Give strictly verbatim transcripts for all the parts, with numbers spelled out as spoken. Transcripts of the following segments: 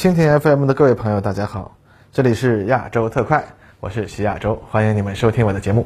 蜻蜓 F M 的各位朋友大家好，这里是亚洲特快，我是徐亚洲，欢迎你们收听我的节目。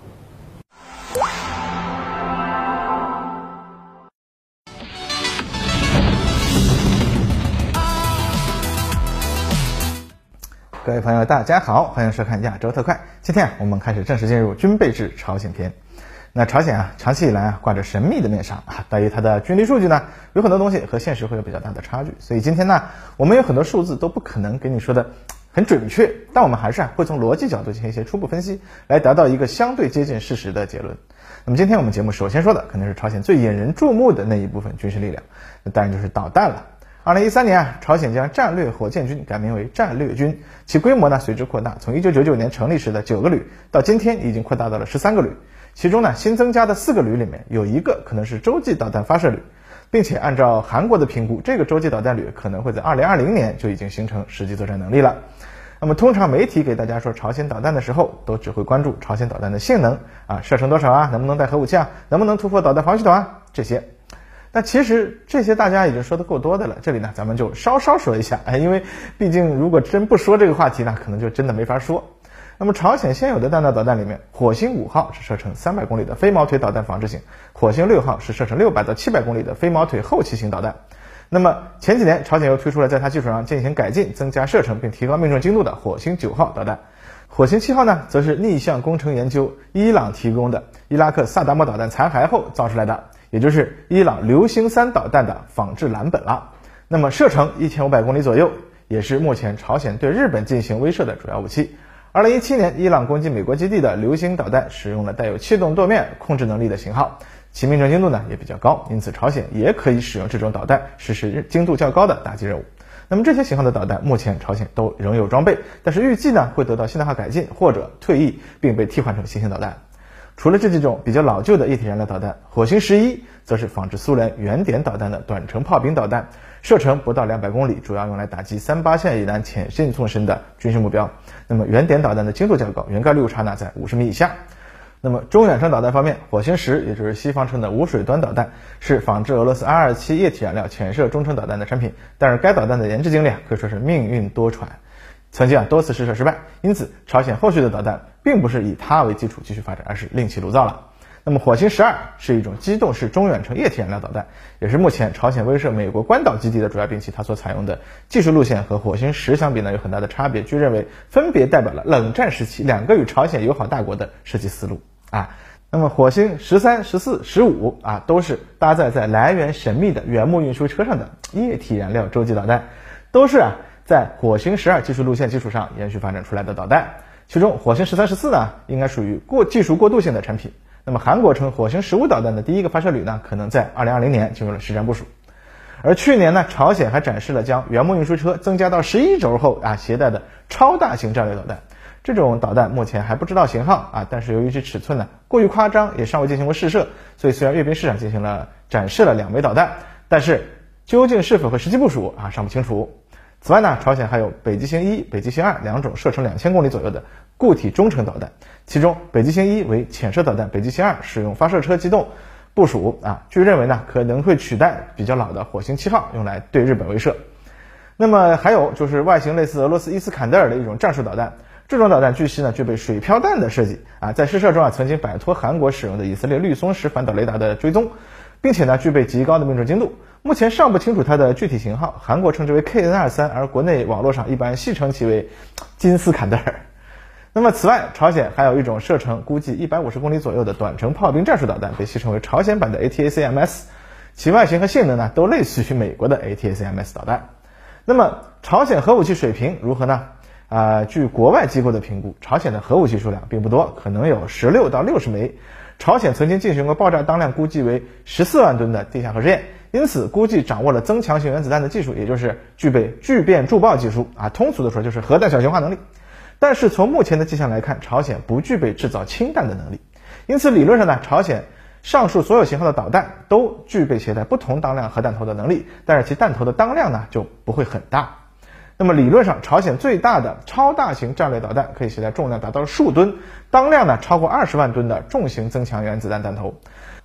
各位朋友大家好，欢迎收看亚洲特快。今天我们开始正式进入军备制朝鲜篇。那朝鲜啊，长期以来啊挂着神秘的面纱啊，对于它的军力数据呢，有很多东西和现实会有比较大的差距。所以今天呢，我们有很多数字都不可能给你说的很准确，但我们还是啊会从逻辑角度进行一些初步分析，来达到一个相对接近事实的结论。那么今天我们节目首先说的肯定是朝鲜最引人注目的那一部分军事力量，那当然就是导弹了。二零一三年啊，朝鲜将战略火箭军改名为战略军，其规模呢随之扩大，从一九九九年成立时的九个旅，到今天已经扩大到了十三个旅。其中呢，新增加的四个旅里面有一个可能是洲际导弹发射旅，并且按照韩国的评估，这个洲际导弹旅可能会在二零二零年就已经形成实际作战能力了。那么通常媒体给大家说朝鲜导弹的时候，都只会关注朝鲜导弹的性能啊，射程多少啊，能不能带核武器啊，能不能突破导弹防御系统啊这些。那其实这些大家已经说的够多的了，这里呢咱们就稍稍说一下，哎，因为毕竟如果真不说这个话题呢，可能就真的没法说。那么朝鲜现有的弹道导弹里面，火星五号是射程三百公里的飞毛腿导弹防治型，火星六号是射程六百到七百公里的飞毛腿后期型导弹。那么前几年朝鲜又推出了在它基础上进行改进，增加射程并提高命中精度的火星九号导弹。火星七号呢，则是逆向工程研究伊朗提供的伊拉克萨达姆导弹残骸后造出来的，也就是伊朗流星三导弹的仿制蓝本了。那么射程一千五百公里左右，也是目前朝鲜对日本进行威慑的主要武器。二零一七年，伊朗攻击美国基地的流星导弹使用了带有气动舵面控制能力的型号，其命中精度呢也比较高，因此朝鲜也可以使用这种导弹实施精度较高的打击任务。那么这些型号的导弹目前朝鲜都仍有装备，但是预计呢会得到现代化改进或者退役并被替换成新型导弹。除了这几种比较老旧的液体燃料导弹，火星十一则是仿制苏联原点导弹的短程炮兵导弹，射程不到两百公里，主要用来打击三八线以南潜进纵深的军事目标。那么原点导弹的精度较高，原概率误差呢在五十米以下。那么中远程导弹方面，火星十也就是西方称的无水端导弹，是仿制俄罗斯 R 二十七 液体燃料潜射中程导弹的产品，但是该导弹的研制经历可以说是命运多舛，曾经啊多次试射失败，因此朝鲜后续的导弹并不是以它为基础继续发展，而是另起炉灶了。那么火星十二是一种机动式中远程液体燃料导弹，也是目前朝鲜威慑美国关岛基地的主要兵器，它所采用的技术路线和火星十相比呢有很大的差别，据认为分别代表了冷战时期两个与朝鲜友好大国的设计思路啊。那么火星十三、十四、十五啊都是搭载在来源神秘的原木运输车上的液体燃料洲际导弹，都是啊在火星十二技术路线基础上延续发展出来的导弹。其中火星十三、十四呢应该属于过技术过渡性的产品。那么韩国称火星十五导弹的第一个发射旅呢，可能在二零二零年进入了实战部署。而去年呢，朝鲜还展示了将原木运输车增加到十一轴后啊携带的超大型战略导弹。这种导弹目前还不知道型号啊，但是由于其尺寸呢过于夸张，也尚未进行过试射，所以虽然阅兵式上进行了展示了两枚导弹，但是究竟是否会实际部署啊尚不清楚。此外呢，朝鲜还有北极星一、北极星二两种射程两千公里左右的固体中程导弹，其中北极星一为潜射导弹，北极星二使用发射车机动部署啊，据认为呢可能会取代比较老的火星七号，用来对日本威慑。那么还有就是外形类似俄罗斯伊斯坎德尔的一种战术导弹，这种导弹据悉呢具备水飘弹的设计啊，在试射中啊曾经摆脱韩国使用的以色列绿松石反导雷达的追踪，并且呢具备极高的命中精度。目前尚不清楚它的具体型号，韩国称之为 K N 二十三， 而国内网络上一般戏称其为金斯坎德尔。那么此外，朝鲜还有一种射程估计一百五十公里左右的短程炮兵战术导弹，被戏称为朝鲜版的 A T A C M S， 其外形和性能呢都类似于美国的 A T A C M S 导弹。那么朝鲜核武器水平如何呢？啊、呃，据国外机构的评估，朝鲜的核武器数量并不多，可能有十六到六十枚。朝鲜曾经进行过爆炸当量估计为十四万吨的地下核试验，因此估计掌握了增强型原子弹的技术，也就是具备聚变助爆技术啊，通俗的说就是核弹小型化能力。但是从目前的迹象来看，朝鲜不具备制造氢弹的能力，因此理论上呢，朝鲜上述所有型号的导弹都具备携带不同当量核弹头的能力，但是其弹头的当量呢就不会很大。那么理论上，朝鲜最大的超大型战略导弹可以携带重量达到数吨，当量呢超过二十万吨的重型增强原子弹弹头。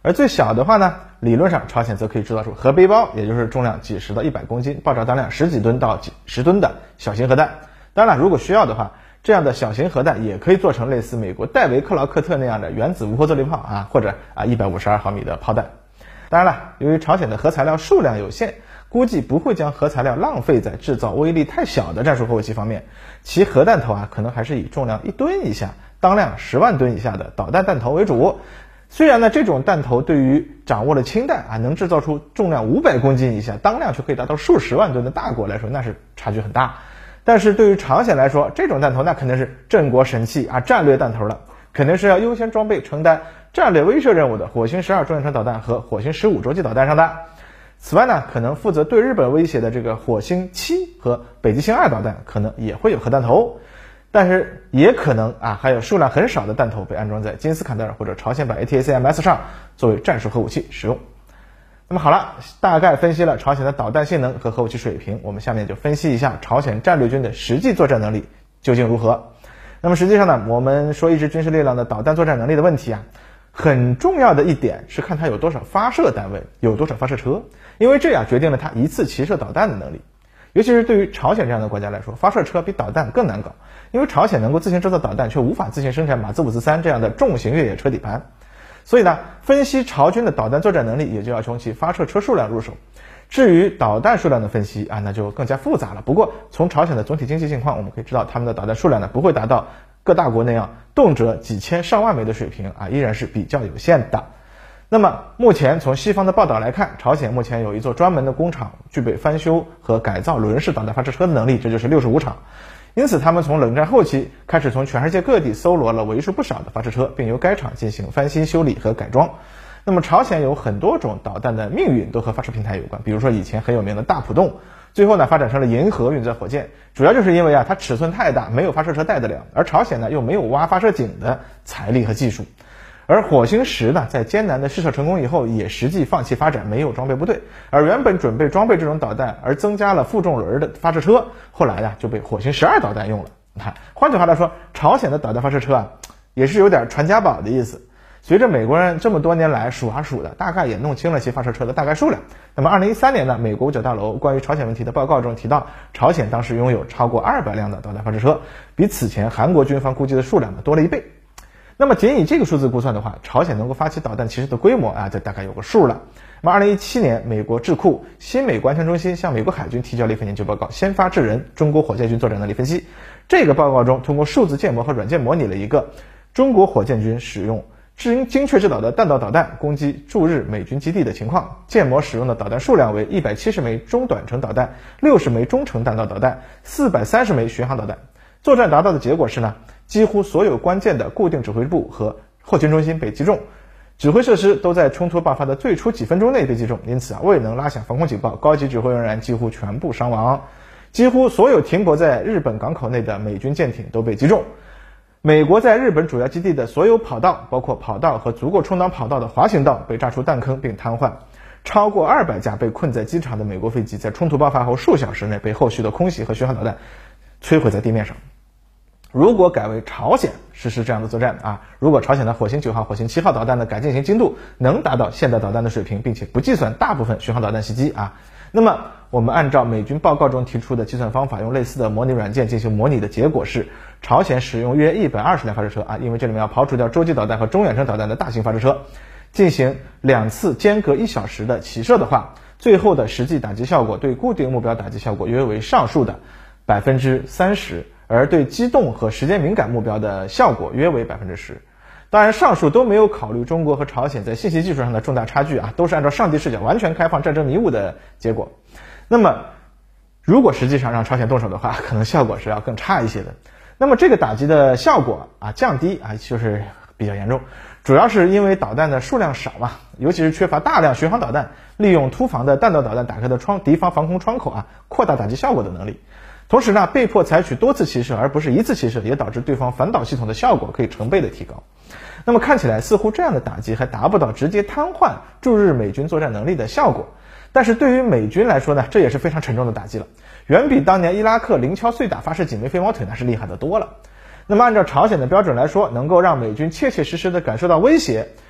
而最小的话呢，理论上朝鲜则可以制造出核背包，也就是重量几十到一百公斤，爆炸当量十几吨到几十吨的小型核弹。当然，如果需要的话，这样的小型核弹也可以做成类似美国戴维克劳克特那样的原子无后坐力炮啊，或者啊一百五十二毫米的炮弹。当然了，由于朝鲜的核材料数量有限，估计不会将核材料浪费在制造威力太小的战术核武器方面，其核弹头啊可能还是以重量一吨以下、当量十万吨以下的导弹弹头为主。虽然呢，这种弹头对于掌握了氢弹啊，能制造出重量五百公斤以下、当量却可以达到数十万吨的大国来说，那是差距很大。但是对于朝鲜来说，这种弹头那肯定是镇国神器啊，战略弹头了，肯定是要优先装备承担战略威慑任务的火星十二中远程导弹和火星十五洲际导弹上的。此外呢，可能负责对日本威胁的这个火星七和北极星二导弹可能也会有核弹头。但是也可能啊，还有数量很少的弹头被安装在金斯坎德尔或者朝鲜版 A T A C M S 上，作为战术核武器使用。那么好了，大概分析了朝鲜的导弹性能和核武器水平，我们下面就分析一下朝鲜战略军的实际作战能力究竟如何。那么实际上呢，我们说一支军事力量的导弹作战能力的问题啊，很重要的一点是看它有多少发射单位，有多少发射车，因为这样决定了它一次齐射导弹的能力。尤其是对于朝鲜这样的国家来说，发射车比导弹更难搞，因为朝鲜能够自行制造导弹，却无法自行生产马自五四三这样的重型越野车底盘。所以呢，分析朝军的导弹作战能力，也就要从其发射车数量入手。至于导弹数量的分析啊，那就更加复杂了。不过从朝鲜的总体经济情况，我们可以知道，他们的导弹数量呢不会达到各大国那样动辄几千上万枚的水平啊，依然是比较有限的。那么目前从西方的报道来看，朝鲜目前有一座专门的工厂，具备翻修和改造轮式导弹发射车的能力，这就是六十五厂。因此他们从冷战后期开始从全世界各地搜罗了为数不少的发射车，并由该厂进行翻新修理和改装。那么朝鲜有很多种导弹的命运都和发射平台有关，比如说以前很有名的大浦洞，最后呢发展成了银河运载火箭，主要就是因为啊它尺寸太大，没有发射车带得了，而朝鲜呢又没有挖发射井的财力和技术。而火星十呢，在艰难的试射成功以后，也实际放弃发展，没有装备部队。而原本准备装备这种导弹，而增加了负重轮的发射车，后来呀就被火星十二导弹用了。你看，换句话来说，朝鲜的导弹发射车啊，也是有点传家宝的意思。随着美国人这么多年来数啊数的，大概也弄清了其发射车的大概数量。那么二零一三年呢，美国五角大楼关于朝鲜问题的报告中提到，朝鲜当时拥有超过二百辆的导弹发射车，比此前韩国军方估计的数量呢多了一倍。那么仅以这个数字估算的话，朝鲜能够发起导弹其实的规模啊，这大概有个数了。那么二零一七年，美国智库新美国安全中心向美国海军提交了一份研究报告《先发制人：中国火箭军作战能力分析》。这个报告中，通过数字建模和软件模拟了一个中国火箭军使用精精确制导的弹道导弹攻击驻日美军基地的情况。建模使用的导弹数量为一百七十枚中短程导弹、六十枚中程弹道导弹、四百三十枚巡航导弹。作战达到的结果是呢，几乎所有关键的固定指挥部和后勤中心被击中，指挥设施都在冲突爆发的最初几分钟内被击中，因此啊未能拉响防空警报，高级指挥人员几乎全部伤亡。几乎所有停泊在日本港口内的美军舰艇都被击中。美国在日本主要基地的所有跑道，包括跑道和足够充当跑道的滑行道，被炸出弹坑并瘫痪。超过二百架被困在机场的美国飞机，在冲突爆发后数小时内被后续的空袭和巡航导弹摧毁在地面上。如果改为朝鲜实施这样的作战啊，如果朝鲜的火星九号、火星七号导弹的改进型精度能达到现代导弹的水平，并且不计算大部分巡航导弹袭击啊，那么我们按照美军报告中提出的计算方法，用类似的模拟软件进行模拟的结果是，朝鲜使用约一百二十辆发射车啊，因为这里面要刨除掉洲际导弹和中远程导弹的大型发射车，进行两次间隔一小时的起射的话，最后的实际打击效果对固定目标打击效果约为上述的百分之三十。而对机动和时间敏感目标的效果约为 百分之十。 当然上述都没有考虑中国和朝鲜在信息技术上的重大差距啊，都是按照上帝视角完全开放战争迷雾的结果。那么如果实际上让朝鲜动手的话，可能效果是要更差一些的。那么这个打击的效果啊降低啊就是比较严重，主要是因为导弹的数量少嘛，尤其是缺乏大量巡航导弹，利用突防的弹道导弹打开的窗敌方防空窗口啊，扩大打击效果的能力。同时呢，被迫采取多次起射而不是一次起射，也导致对方反导系统的效果可以成倍的提高。那么看起来似乎这样的打击还达不到直接瘫痪驻日美军作战能力的效果，但是对于美军来说呢，这也是非常沉重的打击了，远比当年伊拉克零敲碎打发射几枚飞毛腿那是厉害的多了。那么按照朝鲜的标准来说，能够让美军切切实实的感受到威胁，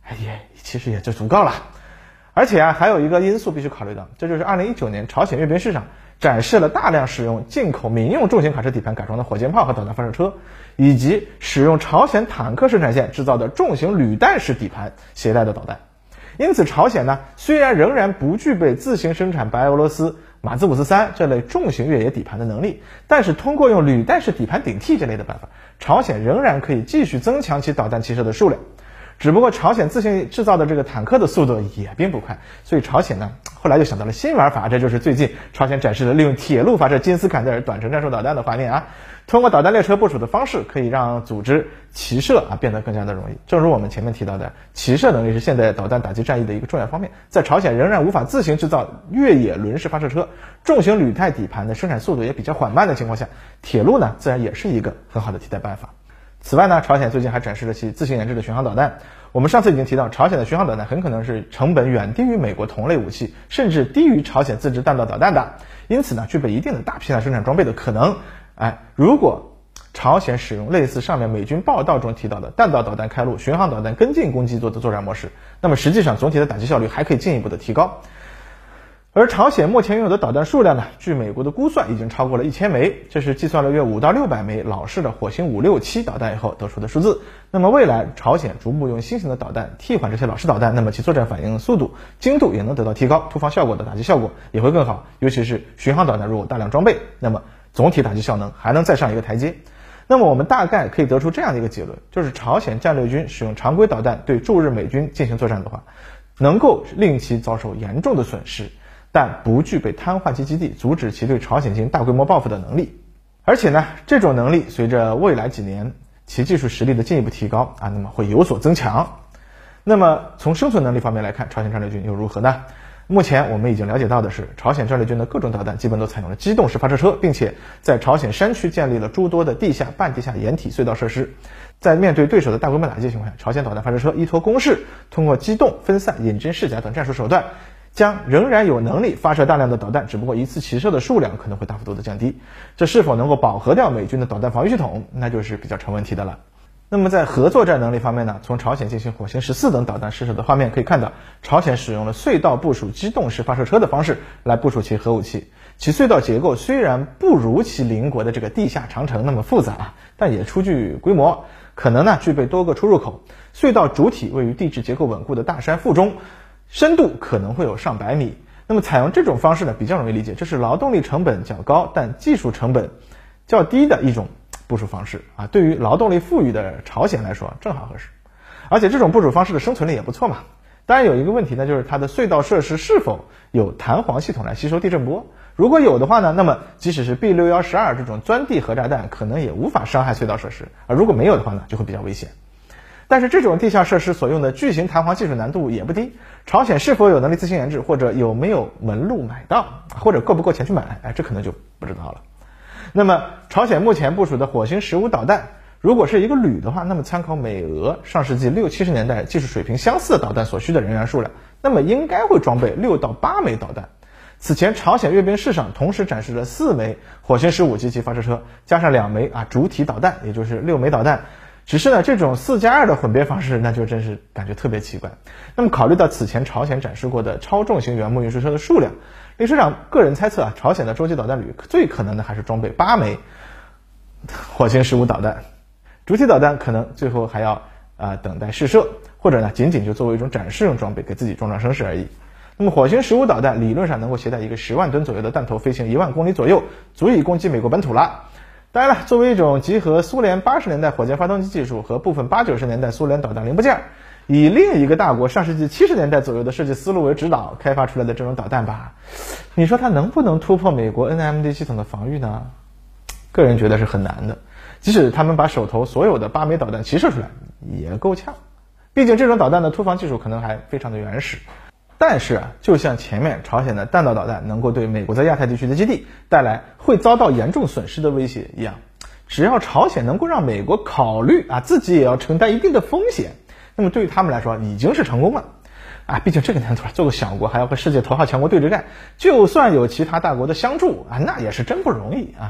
也其实也就足够了。而且啊，还有一个因素必须考虑到，这就是二零一九年朝鲜阅兵式上展示了大量使用进口民用重型卡车底盘改装的火箭炮和导弹发射车，以及使用朝鲜坦克生产线制造的重型履带式底盘携带的导弹。因此朝鲜呢，虽然仍然不具备自行生产白俄罗斯马兹五四三这类重型越野底盘的能力，但是通过用履带式底盘顶替这类的办法，朝鲜仍然可以继续增强其导弹骑射的数量。只不过朝鲜自行制造的这个坦克的速度也并不快，所以朝鲜呢后来就想到了新玩法，这就是最近朝鲜展示的利用铁路发射金斯坎德尔短程战术导弹的画面啊。通过导弹列车部署的方式，可以让组织骑射啊变得更加的容易。正如我们前面提到的，骑射能力是现代导弹打击战役的一个重要方面。在朝鲜仍然无法自行制造越野轮式发射车，重型履带底盘的生产速度也比较缓慢的情况下，铁路呢自然也是一个很好的替代办法。此外呢，朝鲜最近还展示了其自行研制的巡航导弹。我们上次已经提到，朝鲜的巡航导弹很可能是成本远低于美国同类武器，甚至低于朝鲜自制弹道导弹的，因此呢，具备一定的大批量生产装备的可能。哎，如果朝鲜使用类似上面美军报道中提到的弹道导弹开路、巡航导弹跟进攻击做的作战模式，那么实际上总体的打击效率还可以进一步的提高。而朝鲜目前拥有的导弹数量呢，据美国的估算已经超过了一千枚，这是计算了约五到六百枚老式的火星五六七导弹以后得出的数字。那么未来朝鲜逐步用新型的导弹替换这些老式导弹，那么其作战反应速度、精度也能得到提高，突防效果的打击效果也会更好。尤其是巡航导弹如果大量装备，那么总体打击效能还能再上一个台阶。那么我们大概可以得出这样的一个结论，就是朝鲜战略军使用常规导弹对驻日美军进行作战的话，能够令其遭受严重的损失，但不具备瘫痪其基地、阻止其对朝鲜进行大规模报复的能力。而且呢，这种能力随着未来几年其技术实力的进一步提高啊，那么会有所增强。那么从生存能力方面来看，朝鲜战略军又如何呢？目前我们已经了解到的是，朝鲜战略军的各种导弹基本都采用了机动式发射车，并且在朝鲜山区建立了诸多的地下、半地下掩体隧道设施。在面对对手的大规模打击情况下，朝鲜导弹发射车依托攻势，通过机动、分散、隐真试假等战术手段，将仍然有能力发射大量的导弹，只不过一次骑射的数量可能会大幅度的降低。这是否能够饱和掉美军的导弹防御系统，那就是比较成问题的了。那么在核作战能力方面呢，从朝鲜进行火星十四等导弹试射的画面可以看到，朝鲜使用了隧道部署机动式发射车的方式来部署其核武器。其隧道结构虽然不如其邻国的这个地下长城那么复杂，但也初具规模，可能呢具备多个出入口。隧道主体位于地质结构稳固的大山腹中，深度可能会有上百米。那么采用这种方式呢，比较容易理解，这是劳动力成本较高但技术成本较低的一种部署方式啊，对于劳动力富裕的朝鲜来说正好合适。而且这种部署方式的生存力也不错嘛。当然有一个问题呢，就是它的隧道设施是否有弹簧系统来吸收地震波。如果有的话呢，那么即使是 B 六一一二 这种钻地核炸弹可能也无法伤害隧道设施，而如果没有的话呢，就会比较危险。但是这种地下设施所用的巨型弹簧技术难度也不低，朝鲜是否有能力自行研制，或者有没有门路买到，或者够不够钱去买，哎，这可能就不知道了。那么朝鲜目前部署的火星十五导弹，如果是一个旅的话，那么参考美俄上世纪六七十年代技术水平相似的导弹所需的人员数量，那么应该会装备六到八枚导弹。此前朝鲜阅兵式上同时展示了四枚火星十五及其发射车，加上两枚啊主体导弹，也就是六枚导弹。只是呢，这种四加二的混别方式，那就真是感觉特别奇怪。那么考虑到此前朝鲜展示过的超重型原木运输车的数量，历史上个人猜测啊，朝鲜的洲际导弹旅最可能的还是装备八枚火星十五导弹，主体导弹可能最后还要啊、呃、等待试射，或者呢仅仅就作为一种展示用装备，给自己壮壮声势而已。那么火星十五导弹理论上能够携带一个十万吨左右的弹头，飞行一万公里左右，足以攻击美国本土了。当然了，作为一种集合苏联八十年代火箭发动机技术和部分八九十年代苏联导弹零部件，以另一个大国上世纪七十年代左右的设计思路为指导开发出来的这种导弹吧，你说它能不能突破美国 N M D 系统的防御呢？个人觉得是很难的。即使他们把手头所有的八枚导弹齐射出来，也够呛。毕竟这种导弹的突防技术可能还非常的原始。但是啊，就像前面朝鲜的弹道导弹能够对美国在亚太地区的基地带来会遭到严重损失的威胁一样，只要朝鲜能够让美国考虑啊自己也要承担一定的风险，那么对于他们来说已经是成功了啊。毕竟这个年头做个小国还要和世界头号强国对着干，就算有其他大国的相助啊，那也是真不容易啊。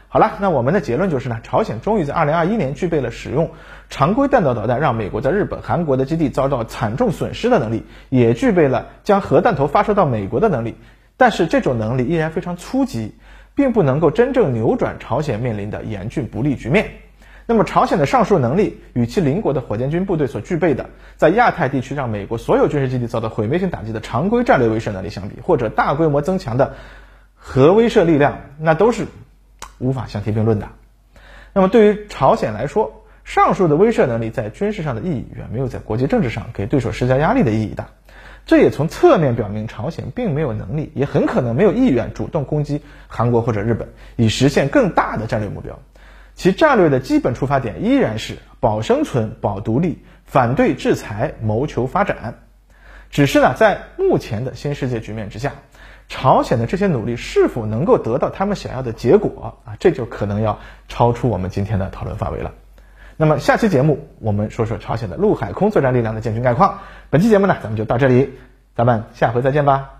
好了，那我们的结论就是呢，朝鲜终于在二零二一年具备了使用常规弹道导弹让美国在日本、韩国的基地遭到惨重损失的能力，也具备了将核弹头发射到美国的能力。但是这种能力依然非常初级，并不能够真正扭转朝鲜面临的严峻不利局面。那么朝鲜的上述能力与其邻国的火箭军部队所具备的在亚太地区让美国所有军事基地遭到毁灭性打击的常规战略威慑能力相比，或者大规模增强的核威慑力量，那都是无法相提并论的。那么对于朝鲜来说，上述的威慑能力在军事上的意义远没有在国际政治上给对手施加压力的意义大。这也从侧面表明朝鲜并没有能力，也很可能没有意愿主动攻击韩国或者日本，以实现更大的战略目标。其战略的基本出发点依然是保生存、保独立，反对制裁，谋求发展。只是呢，在目前的新世界局面之下，朝鲜的这些努力是否能够得到他们想要的结果啊？这就可能要超出我们今天的讨论范围了。那么下期节目我们说说朝鲜的陆海空作战力量的建军概况。本期节目呢，咱们就到这里，咱们下回再见吧。